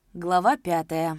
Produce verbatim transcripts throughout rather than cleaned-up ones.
Глава пятая.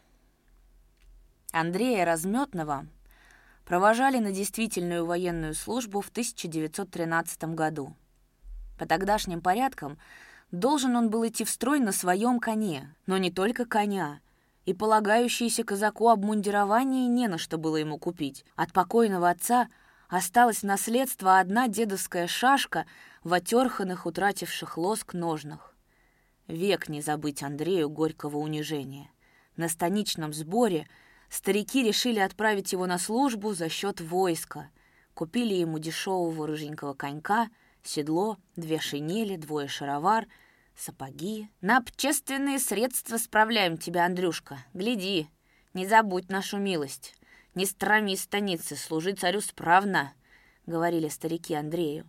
Андрея Разметного провожали на действительную военную службу в тысяча девятьсот тринадцатом году. По тогдашним порядкам должен он был идти в строй на своем коне, но не только коня, и полагающееся казаку обмундирование не на что было ему купить. От покойного отца осталось в наследство одна дедовская шашка в отёрханных, утративших лоск ножнах. Век не забыть Андрею горького унижения. На станичном сборе старики решили отправить его на службу за счет войска. Купили ему дешевого рыженького конька, седло, две шинели, двое шаровар, сапоги. «На общественные средства справляем тебя, Андрюшка. Гляди, не забудь нашу милость. Не страми станицы, служи царю справно», — говорили старики Андрею.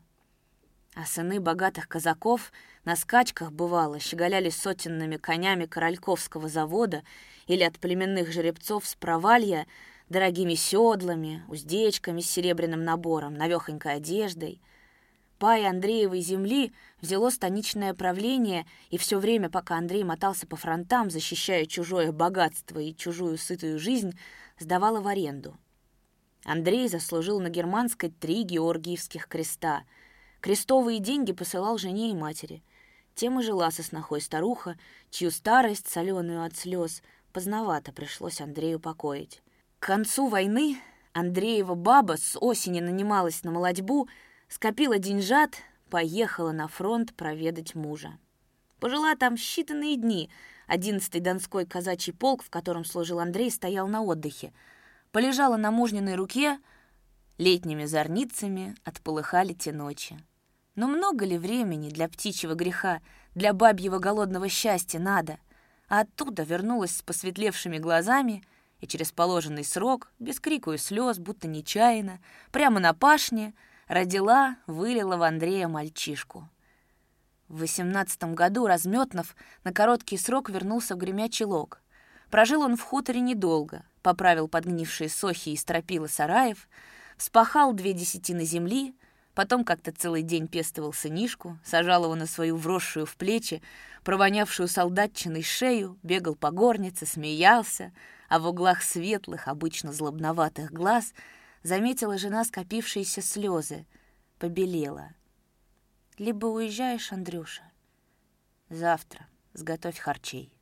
А сыны богатых казаков на скачках, бывало, щеголяли сотенными конями Корольковского завода или от племенных жеребцов с Провалья дорогими седлами, уздечками с серебряным набором, навехонькой одеждой. Пай Андреевой земли взяло станичное правление, и все время, пока Андрей мотался по фронтам, защищая чужое богатство и чужую сытую жизнь, сдавало в аренду. Андрей заслужил на Германской три георгиевских креста. Крестовые деньги посылал жене и матери. Тем и жила со снохой старуха, чью старость, соленую от слез, поздновато пришлось Андрею покоить. К концу войны Андреева баба с осени нанималась на молодьбу, скопила деньжат, поехала на фронт проведать мужа. Пожила там считанные дни. Одиннадцатый Донской казачий полк, в котором служил Андрей, стоял на отдыхе. Полежала на мужниной руке, летними зорницами отполыхали те ночи. Но много ли времени для птичьего греха, для бабьего голодного счастья надо? А оттуда вернулась с посветлевшими глазами и через положенный срок, без крику и слез, будто нечаянно, прямо на пашне, родила, вылила в Андрея мальчишку. В восемнадцатом году Разметнов на короткий срок вернулся в Гремячий Лог. Прожил он в хуторе недолго, поправил подгнившие сохи и стропила сараев, вспахал две десятины земли, потом как-то целый день пестовал сынишку, сажал его на свою вросшую в плечи, провонявшую солдатчиной шею, бегал по горнице, смеялся, а в углах светлых, обычно злобноватых глаз заметила жена скопившиеся слезы, побелела. «Либо уезжаешь, Андрюша, завтра сготовь харчей».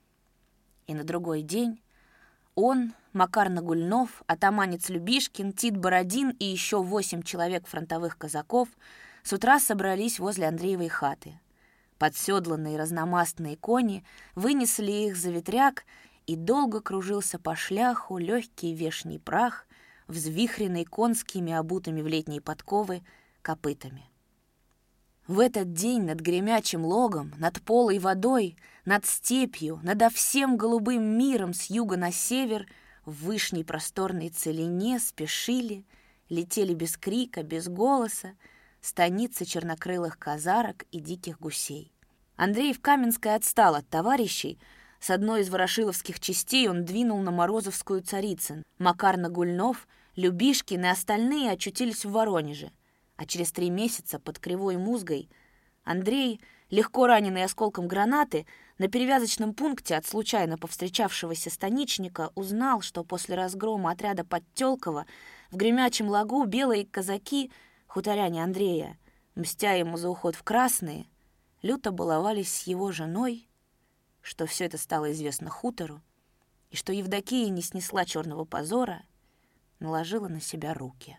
И на другой день он, Макар Нагульнов, атаманец Любишкин, Тит Бородин и еще восемь человек фронтовых казаков с утра собрались возле Андреевой хаты. Подседланные разномастные кони вынесли их за ветряк, и долго кружился по шляху легкий вешний прах, взвихренный конскими, обутыми в летние подковы, копытами. В этот день над Гремячим Логом, над полой водой, над степью, надо всем голубым миром с юга на север в вышней просторной целине спешили, летели без крика, без голоса станицы чернокрылых казарок и диких гусей. Андрей в Каменской отстал от товарищей. С одной из ворошиловских частей он двинул на Морозовскую Царицын. Макар Нагульнов, Любишкин и остальные очутились в Воронеже. А через три месяца под Кривой Музгой Андрей, легко раненый осколком гранаты, на перевязочном пункте от случайно повстречавшегося станичника узнал, что после разгрома отряда Подтёлкова в Гремячем Лагу белые казаки, хуторяне Андрея, мстя ему за уход в красные, люто баловались с его женой, что все это стало известно хутору, и что Евдокия не снесла черного позора, наложила на себя руки.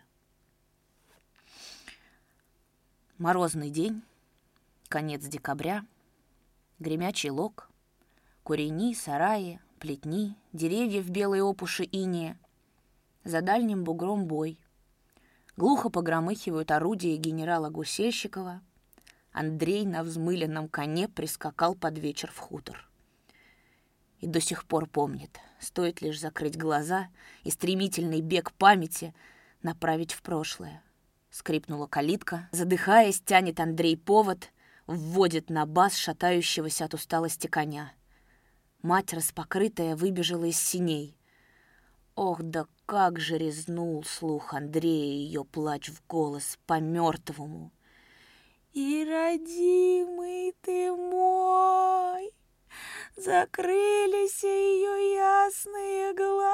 Морозный день, конец декабря, Гремячий Лог, курени, сараи, плетни, деревья в белой опуши инея. За дальним бугром бой. Глухо погромыхивают орудия генерала Гусельщикова. Андрей на взмыленном коне прискакал под вечер в хутор. И до сих пор помнит, стоит лишь закрыть глаза и стремительный бег памяти направить в прошлое. Скрипнула калитка, задыхаясь, тянет Андрей повод, вводит на бас шатающегося от усталости коня. Мать, распокрытая, выбежала из синей. Ох, да как же резнул слух Андрея ее плач в голос по-мертвому. «И родимый ты мой, закрылись ее ясные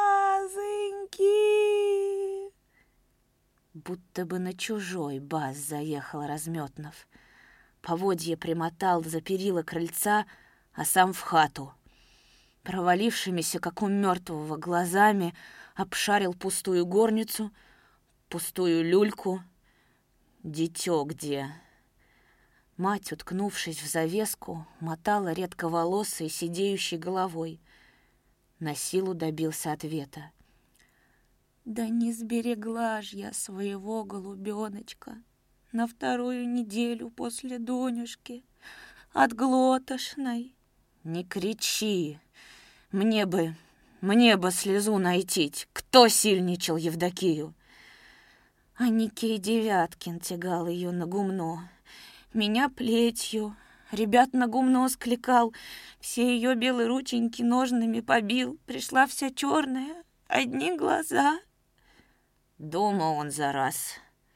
глазоньки. Будто бы на чужой бас заехал Разметнов. Поводье примотал за перила крыльца, а сам в хату. Провалившимися, как у мертвого, глазами обшарил пустую горницу, пустую люльку. Дитё где? Мать, уткнувшись в завеску, мотала редковолосой сидеющей головой. На силу добился ответа. «Да не сберегла ж я своего голубеночка на вторую неделю после Донюшки от глотошной». «Не кричи! Мне бы, мне бы слезу найти. Кто сильничал Евдокию?» А Никей Девяткин тягал ее на гумно. Меня плетью, ребят на гумно скликал, все ее белые рученьки ножными побил. Пришла вся черная, одни глаза. Дома он за раз.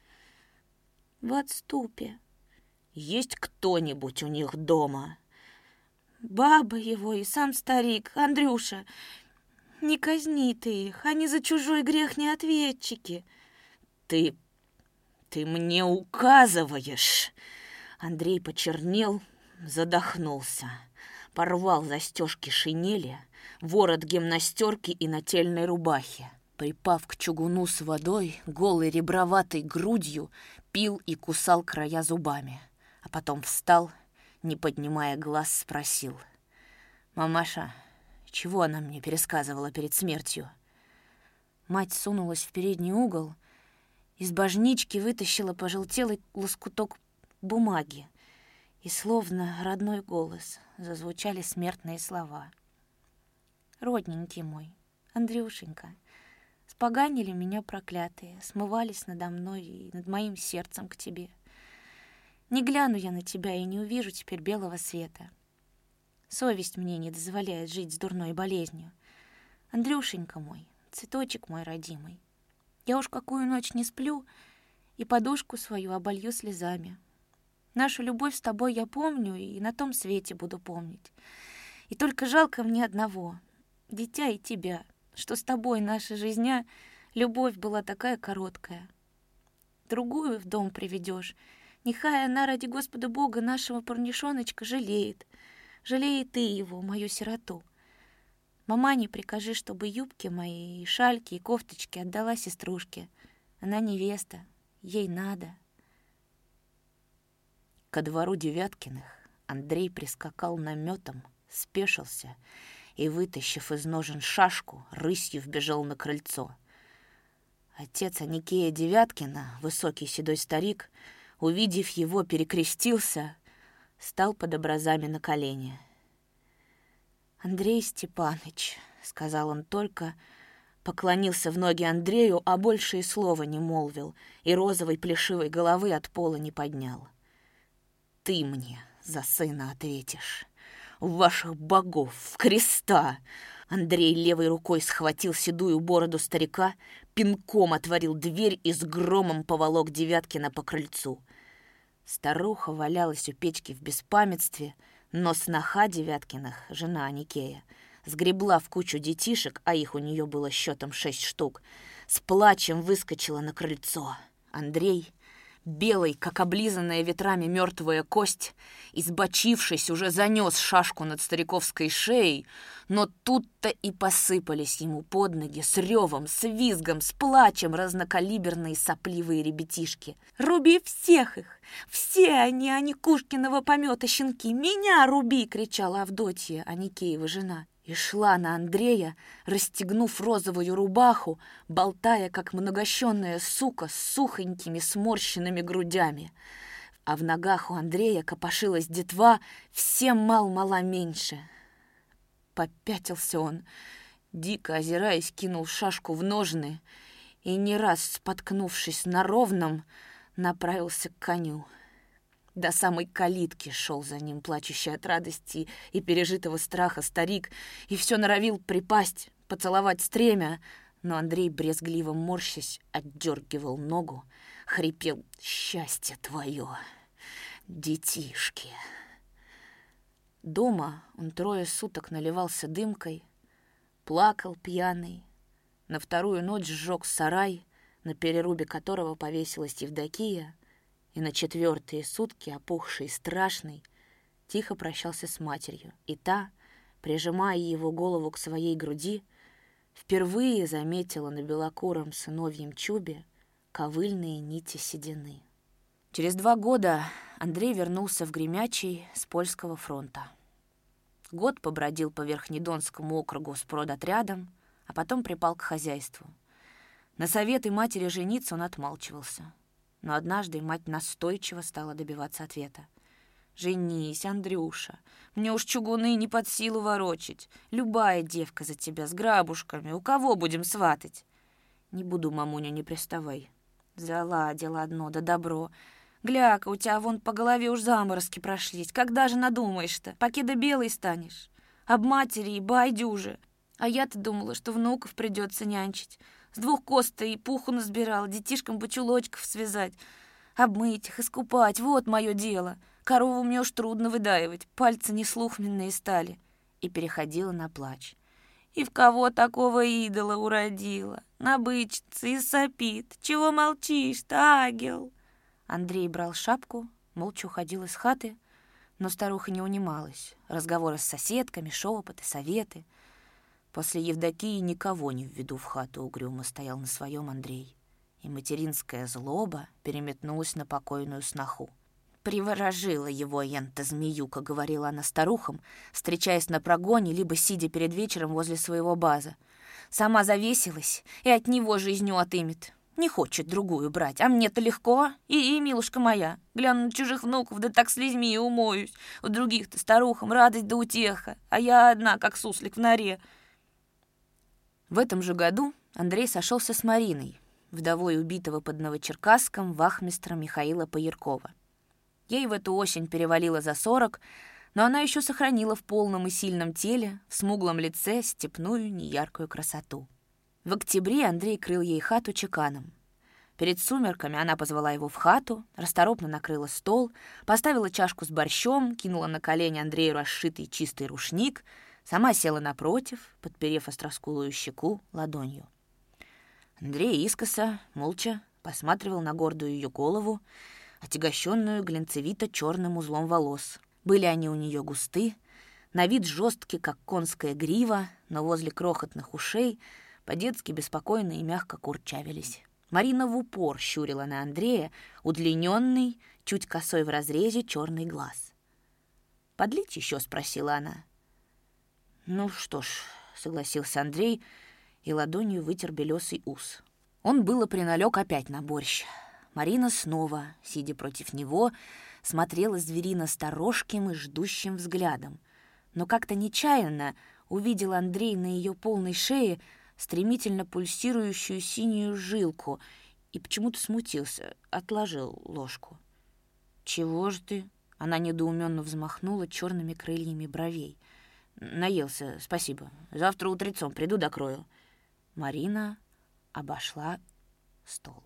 В отступе. Есть кто-нибудь у них дома? Баба его и сам старик, Андрюша. Не казни ты их, они за чужой грех не ответчики. Ты, ты мне указываешь. Андрей почернел, задохнулся. Порвал застежки шинели, ворот гимнастерки и нательной рубахи. Припав к чугуну с водой, голой реброватой грудью пил и кусал края зубами. А потом встал, не поднимая глаз, спросил: «Мамаша, чего она мне пересказывала перед смертью?» Мать сунулась в передний угол, из божнички вытащила пожелтелый лоскуток бумаги, и словно родной голос зазвучали смертные слова. «Родненький мой, Андрюшенька, споганили меня проклятые, смывались надо мной и над моим сердцем к тебе. Не гляну я на тебя и не увижу теперь белого света. Совесть мне не дозволяет жить с дурной болезнью. Андрюшенька мой, цветочек мой родимый, я уж какую ночь не сплю и подушку свою оболью слезами. Нашу любовь с тобой я помню и на том свете буду помнить. И только жалко мне одного, дитя и тебя, что с тобой наша жизня, любовь была такая короткая. Другую в дом приведешь, нехай она ради Господа Бога нашего парнишоночка жалеет. Жалеет ты его, мою сироту. Мамане прикажи, чтобы юбки мои, и шальки, и кофточки отдала сеструшке. Она невеста, ей надо». Ко двору Девяткиных Андрей прискакал наметом, спешился и, вытащив из ножен шашку, рысью вбежал на крыльцо. Отец Аникея Девяткина, высокий седой старик, увидев его, перекрестился, стал под образами на колени. «Андрей Степаныч», — сказал он только, поклонился в ноги Андрею, а больше и слова не молвил, и розовой плешивой головы от пола не поднял. «Ты мне за сына ответишь. В ваших богов, в креста!» Андрей левой рукой схватил седую бороду старика, пинком отворил дверь и с громом поволок Девяткина по крыльцу. Старуха валялась у печки в беспамятстве, но сноха Девяткиных, жена Аникея, сгребла в кучу детишек, а их у нее было счетом шесть штук, с плачем выскочила на крыльцо. Андрей, белый, как облизанная ветрами мертвая кость, избочившись, уже занес шашку над стариковской шеей, но тут-то и посыпались ему под ноги с ревом, с визгом, с плачем разнокалиберные сопливые ребятишки. «Руби всех их! Все они, а не Кушкиного помета щенки! Меня руби!» — кричала Авдотья, Аникеева жена. И шла на Андрея, расстегнув розовую рубаху, болтая, как многощенная сука, с сухонькими сморщенными грудями. А в ногах у Андрея копошилась детва всем мал-мала меньше. Попятился он, дико озираясь, кинул шашку в ножны и, не раз споткнувшись на ровном, направился к коню. До самой калитки шел за ним, плачущий от радости и пережитого страха старик, и все норовил припасть, поцеловать стремя, но Андрей, брезгливо морщась, отдергивал ногу, хрипел: «Счастье твое, детишки!» Дома он трое суток наливался дымкой, плакал пьяный. На вторую ночь сжег сарай, на перерубе которого повесилась Евдокия, и на четвертые сутки, опухший и страшный, тихо прощался с матерью, и та, прижимая его голову к своей груди, впервые заметила на белокуром сыновьем чубе ковыльные нити седины. Через два года Андрей вернулся в Гремячий с польского фронта. Год побродил по Верхнедонскому округу с продотрядом, а потом припал к хозяйству. На советы матери жениться он отмалчивался. Но однажды мать настойчиво стала добиваться ответа. «Женись, Андрюша, мне уж чугуны не под силу ворочить. Любая девка за тебя с грабушками, у кого будем сватать?» «Не буду, мамуня, не приставай». Заладила одно, да добро. Гляка, у тебя вон по голове уж заморозки прошлись. Когда же надумаешь-то? Покеда белый станешь. Об матери и байдюже. А я-то думала, что внуков придется нянчить. С двух кост и пуху насбирала, детишкам бы чулочков связать. Обмыть их, искупать, вот мое дело. Корову мне уж трудно выдаивать, пальцы неслухменные стали. И переходила на плач. И в кого такого идола уродила? Набычится и сопит. Чего молчишь-то, ангел? Андрей брал шапку, молча уходил из хаты, но старуха не унималась. Разговоры с соседками, шепоты, советы. После Евдокии никого не введу в хату, угрюмо стоял на своем Андрей. И материнская злоба переметнулась на покойную сноху. «Приворожила его ента змеюка», — говорила она старухам, встречаясь на прогоне, либо сидя перед вечером возле своего база. «Сама завесилась и от него жизнью отымет. Не хочет другую брать, а мне-то легко. И, и милушка моя, гляну на чужих внуков, да так слезьми и умоюсь. У других-то старухам радость да утеха, а я одна, как суслик в норе». В этом же году Андрей сошелся с Мариной, вдовой убитого под Новочеркасском вахмистра Михаила Пояркова. Ей в эту осень перевалило за сорок, но она еще сохранила в полном и сильном теле, в смуглом лице степную неяркую красоту. В октябре Андрей крыл ей хату чеканом. Перед сумерками она позвала его в хату, расторопно накрыла стол, поставила чашку с борщом, кинула на колени Андрею расшитый чистый рушник, сама села напротив, подперев остроскулую щеку ладонью. Андрей искоса, молча, посматривал на гордую ее голову, отягощенную глинцевито-черным узлом волос. Были они у нее густы, на вид жесткие, как конская грива, но возле крохотных ушей по-детски беспокойно и мягко курчавились. Марина в упор щурила на Андрея удлиненный, чуть косой в разрезе черный глаз. «Подлить еще?» — спросила она. «Ну что ж», — согласился Андрей и ладонью вытер белесый ус. Он было приналег опять на борщ. Марина снова, сидя против него, смотрела зверино-сторожким и ждущим взглядом. Но как-то нечаянно увидел Андрей на ее полной шее стремительно пульсирующую синюю жилку и почему-то смутился, отложил ложку. «Чего ж ты?» — она недоуменно взмахнула черными крыльями бровей. «Наелся, спасибо. Завтра утрецом приду докрою». Марина обошла стол.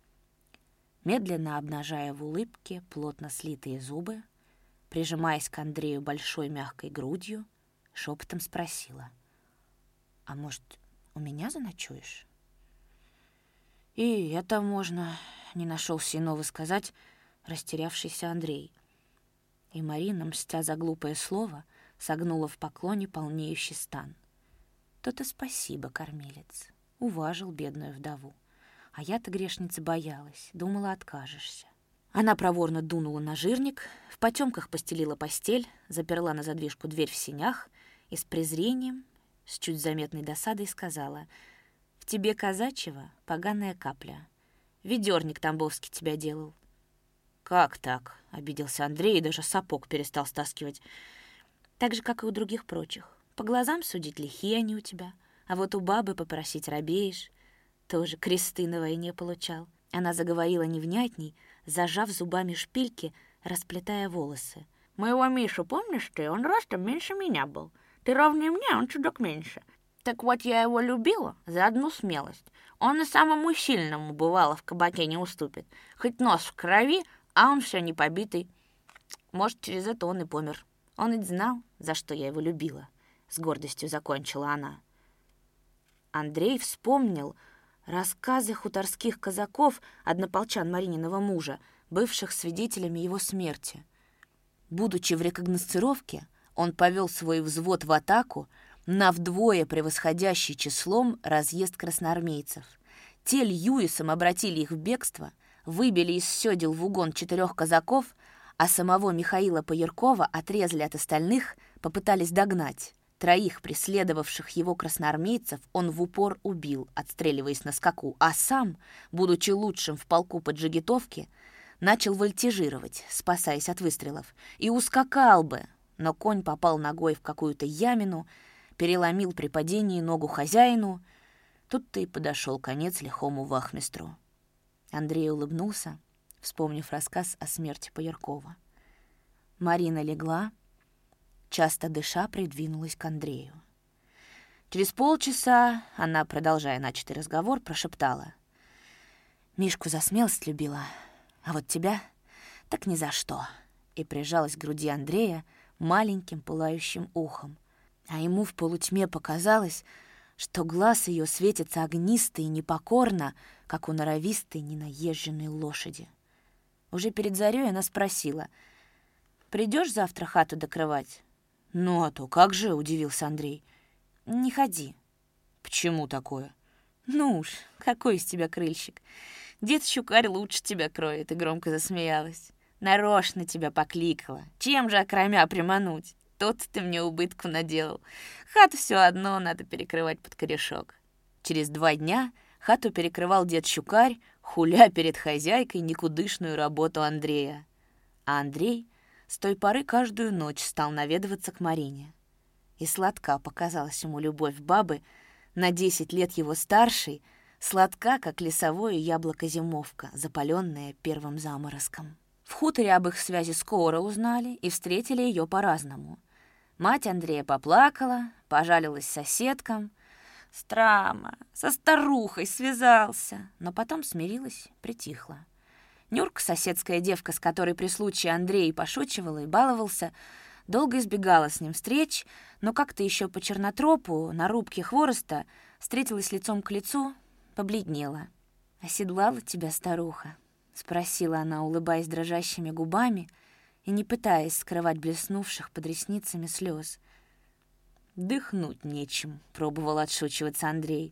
Медленно обнажая в улыбке плотно слитые зубы, прижимаясь к Андрею большой мягкой грудью, шепотом спросила: «А может, у меня заночуешь?» «И это можно», — не нашелся иного сказать растерявшийся Андрей. И Марина, мстя за глупое слово, согнула в поклоне полнеющий стан. «То-то спасибо, кормилец, уважил бедную вдову. А я-то, грешница, боялась, думала, откажешься». Она проворно дунула на жирник, в потемках постелила постель, заперла на задвижку дверь в сенях и с презрением, с чуть заметной досадой сказала: «В тебе казачьего поганая капля. Ведерник тамбовский тебя делал». «Как так?» — обиделся Андрей и даже сапог перестал стаскивать. «Так же, как и у других прочих. По глазам судить лихие они у тебя, а вот у бабы попросить робеешь. Тоже кресты на войне получал». Она заговорила невнятней, зажав зубами шпильки, расплетая волосы. «Моего Мишу помнишь ты? Он ростом меньше меня был. Ты ровнее мне, он чуток меньше. Так вот я его любила за одну смелость. Он и самому сильному, бывало, в кабаке не уступит. Хоть нос в крови, а он все не побитый. Может, через это он и помер. Он ведь знал, за что я его любила. С гордостью закончила она. Андрей вспомнил рассказы хуторских казаков, однополчан Марининого мужа, бывших свидетелями его смерти. Будучи в рекогносцировке, он повел свой взвод в атаку на вдвое превосходящий числом разъезд красноармейцев. Те Льюисом обратили их в бегство, выбили из сёдел в угон четырех казаков, а самого Михаила Пояркова отрезали от остальных, попытались догнать. Троих преследовавших его красноармейцев он в упор убил, отстреливаясь на скаку, а сам, будучи лучшим в полку по джигитовке, начал вольтежировать, спасаясь от выстрелов, и ускакал бы, но конь попал ногой в какую-то ямину, переломил при падении ногу хозяину. Тут-то и подошел конец лихому вахмистру. Андрей улыбнулся, вспомнив рассказ о смерти Пояркова. Марина легла, часто дыша, придвинулась к Андрею. Через полчаса она, продолжая начатый разговор, прошептала: «Мишку за смелость любила, а вот тебя так ни за что», и прижалась к груди Андрея маленьким пылающим ухом. А ему в полутьме показалось, что глаз ее светится огнисто и непокорно, как у норовистой ненаезженной лошади. Уже перед зарей она спросила: «Придешь завтра хату докрывать?» «Ну, а то как же?» — удивился Андрей. «Не ходи». «Почему такое?» «Ну уж, какой из тебя крыльщик. Дед Щукарь лучше тебя кроет», — и громко засмеялась. «Нарочно тебя покликала. Чем же окромя примануть? Тот ты мне убытку наделал. Хату все одно надо перекрывать под корешок». Через два дня хату перекрывал дед Щукарь, хуля перед хозяйкой никудышную работу Андрея. А Андрей с той поры каждую ночь стал наведываться к Марине. И сладка показалась ему любовь бабы, на десять лет его старшей, сладка, как лесовое яблоко-зимовка, запаленное первым заморозком. В хуторе об их связи скоро узнали и встретили ее по-разному. Мать Андрея поплакала, пожалилась соседкам. «Страма, со старухой связался», но потом смирилась, притихла. Нюрка, соседская девка, с которой при случае Андрей пошучивал и баловался, долго избегала с ним встреч, но как-то еще по чернотропу на рубке хвороста встретилась лицом к лицу, побледнела. «Оседлала тебя старуха?» — спросила она, улыбаясь дрожащими губами и не пытаясь скрывать блеснувших под ресницами слез. «Дыхнуть нечем», — пробовал отшучиваться Андрей.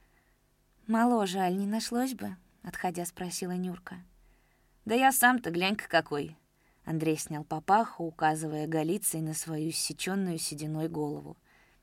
«Мало жаль, не нашлось бы?» — отходя спросила Нюрка. «Да я сам-то глянь-ка какой!» Андрей снял папаху, указывая голицей на свою иссечённую сединой голову.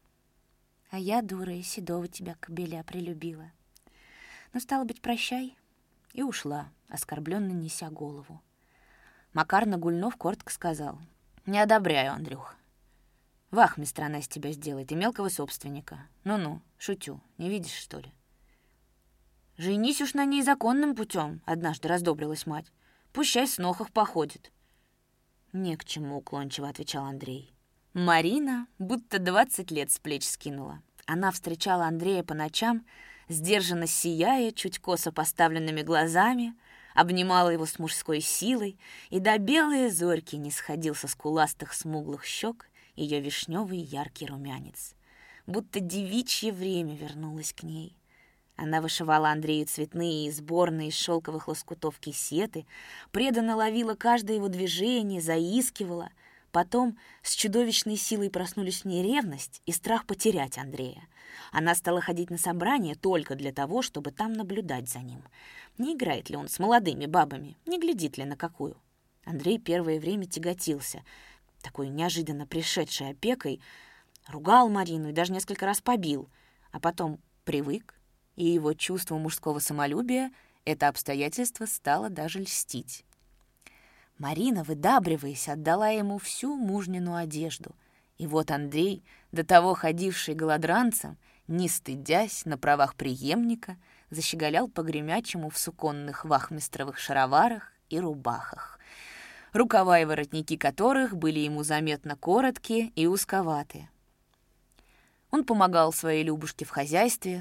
«А я, дура, и седого тебя, кобеля, прилюбила. Ну, стало быть, прощай». И ушла, оскорбленно неся голову. Макар Нагульнов коротко сказал: «Не одобряю, Андрюх. Вахмистра она из тебя сделает и мелкого собственника. Ну-ну, шутю, не видишь, что ли?» «Женись уж на ней законным путем», — однажды раздобрилась мать. «Пущай с нохах походит». «Не к чему», — уклончиво отвечал Андрей. Марина будто двадцать лет с плеч скинула. Она встречала Андрея по ночам, сдержанно сияя, чуть косо поставленными глазами, обнимала его с мужской силой, и до белой зорьки не сходил со скуластых смуглых щек ее вишневый яркий румянец. Будто девичье время вернулось к ней. Она вышивала Андрею цветные и сборные из шелковых лоскутов кисеты, преданно ловила каждое его движение, заискивала. Потом с чудовищной силой проснулись в ней ревность и страх потерять Андрея. Она стала ходить на собрания только для того, чтобы там наблюдать за ним. Не играет ли он с молодыми бабами, не глядит ли на какую. Андрей первое время тяготился, такой неожиданно пришедшей опекой, ругал Марину и даже несколько раз побил, а потом привык, и его чувство мужского самолюбия это обстоятельство стало даже льстить. Марина, выдабриваясь, отдала ему всю мужнину одежду. И вот Андрей, до того ходивший голодранцем, не стыдясь, на правах преемника, защеголял по-гремячему в суконных вахмистровых шароварах и рубахах, рукава и воротники которых были ему заметно короткие и узковатые. Он помогал своей Любушке в хозяйстве,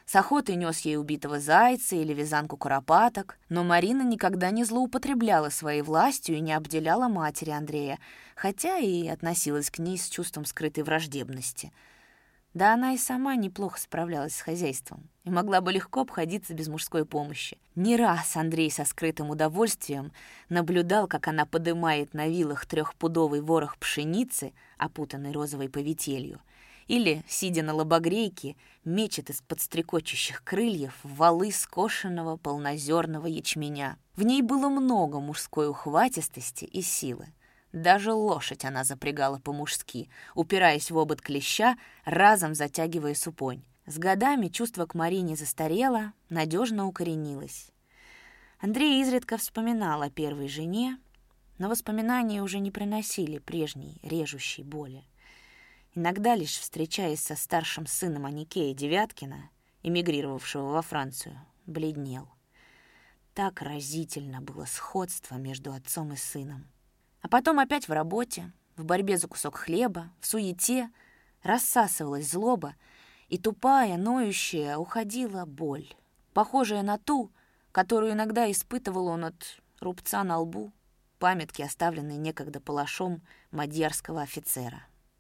С охотой нес ей убитого зайца или вязанку куропаток, но Марина никогда не злоупотребляла своей властью и не обделяла матери Андрея, хотя и относилась к ней с чувством скрытой враждебности. Да она и сама неплохо справлялась с хозяйством и могла бы легко обходиться без мужской помощи. Не раз Андрей со скрытым удовольствием наблюдал, как она подымает на вилах трехпудовый ворох пшеницы, опутанный розовой повителью, или, сидя на лобогрейке, мечет из-под стрекочущих крыльев валы скошенного полнозерного ячменя. В ней было много мужской ухватистости и силы. Даже лошадь она запрягала по-мужски, упираясь в обод клеща, разом затягивая супонь. С годами чувство к Марине застарело, надежно укоренилось. Андрей изредка вспоминал о первой жене, но воспоминания уже не приносили прежней режущей боли. Иногда, лишь встречаясь со старшим сыном Аникея Девяткина, эмигрировавшего во Францию, бледнел. Так разительно было сходство между отцом и сыном. А потом опять в работе, в борьбе за кусок хлеба, в суете рассасывалась злоба, и тупая, ноющая уходила боль, похожая на ту, которую иногда испытывал он от рубца на лбу, памятки, оставленные некогда палашом мадьярского офицера.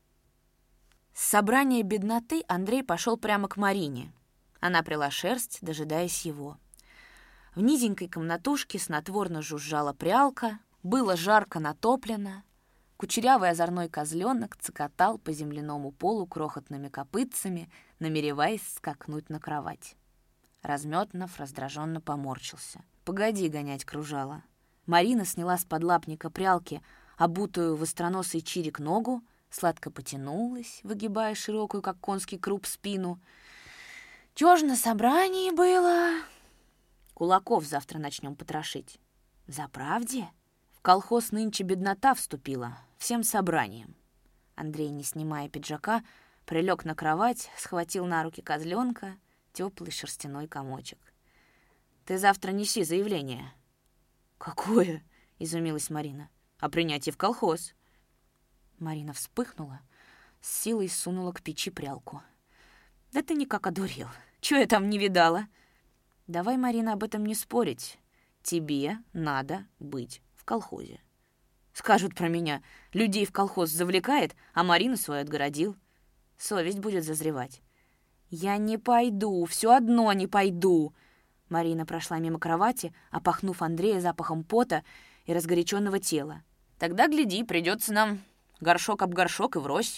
С собрания бедноты Андрей пошел прямо к Марине. Она прила шерсть, дожидаясь его. В низенькой комнатушке снотворно жужжала прялка, было жарко натоплено. Кучерявый озорной козленок цокотал по земляному полу крохотными копытцами, намереваясь скакнуть на кровать. Разметнов раздраженно поморщился. «Погоди гонять кружало». Марина сняла с подлапника прялки обутую в остроносый чирик ногу, сладко потянулась, выгибая широкую, как конский круп, спину. «Чё ж на собрании было?» «Кулаков завтра начнем потрошить». «Заправде?» «В колхоз нынче беднота вступила, всем собранием». Андрей, не снимая пиджака, прилег на кровать, схватил на руки козленка, теплый шерстяной комочек. «Ты завтра неси заявление». «Какое?» — изумилась Марина. «О принятии в колхоз». Марина вспыхнула, с силой сунула к печи прялку. «Да ты никак одурел. Чего я там не видала?» «Давай, Марина, об этом не спорить. Тебе надо быть в колхозе». «Скажут про меня, людей в колхоз завлекает, а Марину свою отгородил. Совесть будет зазревать». «Я не пойду, все одно не пойду». Марина прошла мимо кровати, опахнув Андрея запахом пота и разгоряченного тела. «Тогда, гляди, придется нам горшок об горшок и врозь».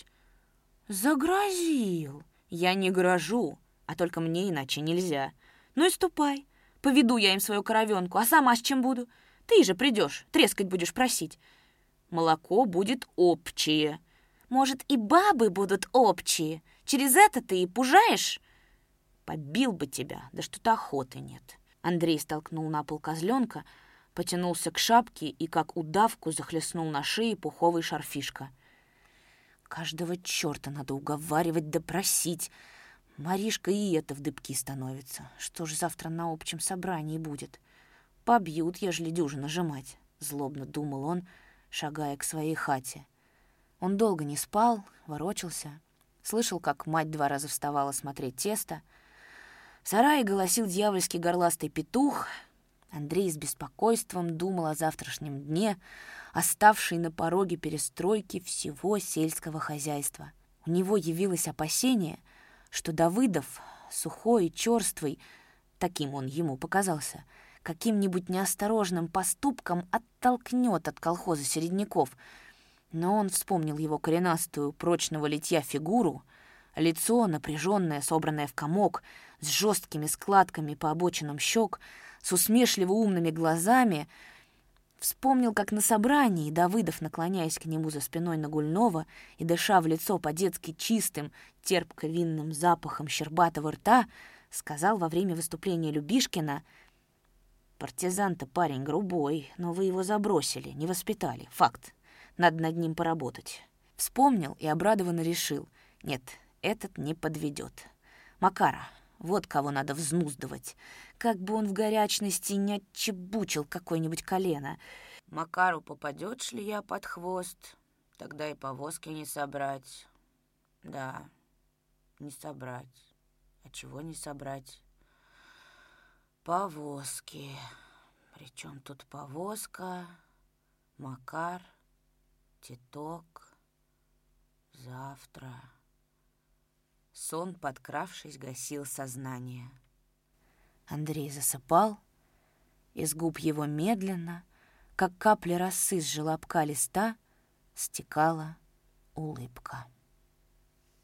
«Загрозил». «Я не грожу, а только мне иначе нельзя». «Ну и ступай. Поведу я им свою коровенку, а сама с чем буду? Ты же придешь, трескать будешь просить». «Молоко будет общее». «Может, и бабы будут общие? Через это ты и пужаешь?» «Побил бы тебя, да что-то охоты нет». Андрей столкнул на пол козленка, потянулся к шапке и, как удавку, захлестнул на шее пуховый шарфишка. Каждого черта надо уговаривать да просить. Маришка и это в дыбки становится. Что ж завтра на общем собрании будет? Побьют, ежели дюжу нажимать, — злобно думал он, шагая к своей хате. Он долго не спал, ворочался, слышал, как мать два раза вставала смотреть тесто. В сарае голосил дьявольский горластый петух. Андрей с беспокойством думал о завтрашнем дне, оставшей на пороге перестройки всего сельского хозяйства. У него явилось опасение, что Давыдов, сухой и чёрствый, таким он ему показался, каким-нибудь неосторожным поступком оттолкнет от колхоза середняков. Но он вспомнил его коренастую, прочного литья фигуру, лицо напряженное, собранное в комок, с жесткими складками по обочинам щек, с усмешливо умными глазами. Вспомнил, как на собрании Давыдов, наклоняясь к нему за спиной Нагульнова и дыша в лицо по-детски чистым, терпко-винным запахом щербатого рта, сказал во время выступления Любишкина: «Партизан-то парень грубой, но вы его забросили, не воспитали. Факт. Надо над ним поработать». Вспомнил и обрадованно решил: нет, этот не подведет. Макара, вот кого надо взнуздывать. Как бы он в горячности не отчебучил какое-нибудь колено. Макару попадет шлея под хвост, тогда и повозки не собрать. Да, не собрать. А чего не собрать? Повозки. Причем тут повозка, Макар, Титок, завтра. Сон, подкравшись, гасил сознание. Андрей засыпал, из губ его медленно, как капли росы с желобка листа, стекала улыбка.